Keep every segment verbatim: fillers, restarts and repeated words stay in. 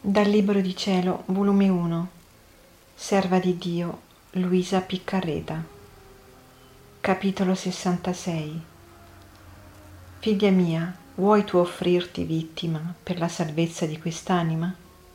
Dal Libro di Cielo, volume uno, Serva di Dio, Luisa Piccarreta. Capitolo sessantasei. Figlia mia, vuoi tu offrirti vittima per la salvezza di quest'anima?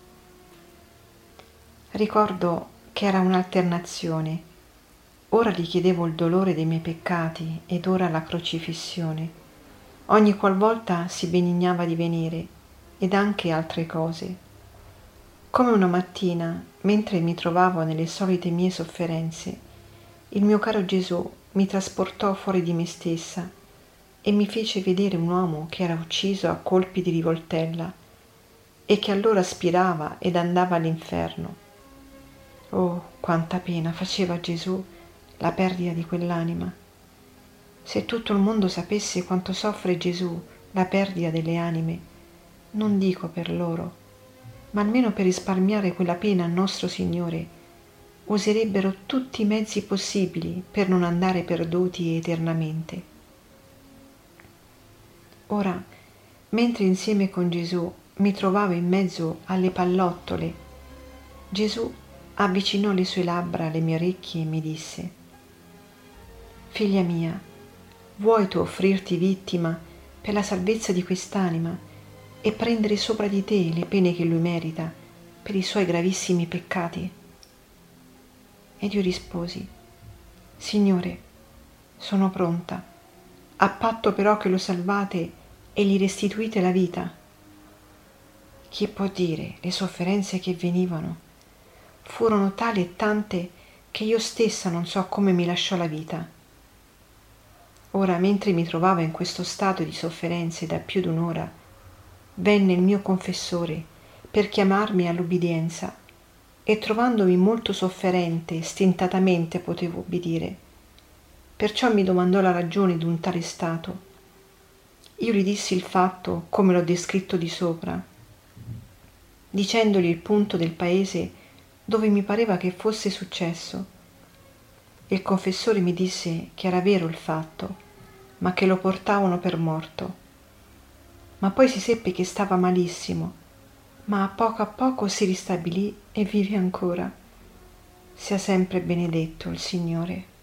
Ricordo che era un'alternazione. Ora gli chiedevo il dolore dei miei peccati ed ora la crocifissione. Ogni qualvolta si benignava di venire ed anche altre cose. Come una mattina, mentre mi trovavo nelle solite mie sofferenze, il mio caro Gesù mi trasportò fuori di me stessa e mi fece vedere un uomo che era ucciso a colpi di rivoltella e che allora spirava ed andava all'inferno. Oh, quanta pena faceva a Gesù la perdita di quell'anima! Se tutto il mondo sapesse quanto soffre Gesù la perdita delle anime, non dico per loro, ma almeno per risparmiare quella pena al nostro Signore, userebbero tutti i mezzi possibili per non andare perduti eternamente. Ora, mentre insieme con Gesù mi trovavo in mezzo alle pallottole, Gesù avvicinò le sue labbra alle mie orecchie e mi disse: «Figlia mia, vuoi tu offrirti vittima per la salvezza di quest'anima e prendere sopra di te le pene che lui merita per i suoi gravissimi peccati?» Ed io risposi: «Signore, sono pronta, a patto però che lo salvate e gli restituite la vita». Chi può dire, le sofferenze che venivano furono tali e tante che io stessa non so come mi lasciò la vita. Ora, mentre mi trovavo in questo stato di sofferenze da più d'un'ora, venne il mio confessore per chiamarmi all'ubbidienza e trovandomi molto sofferente stentatamente potevo ubbidire. Perciò mi domandò la ragione d'un tale stato. Io gli dissi il fatto come l'ho descritto di sopra, dicendogli il punto del paese dove mi pareva che fosse successo. Il confessore mi disse che era vero il fatto, ma che lo portavano per morto. Ma poi si seppe che stava malissimo, ma a poco a poco si ristabilì e vive ancora. Sia sempre benedetto il Signore.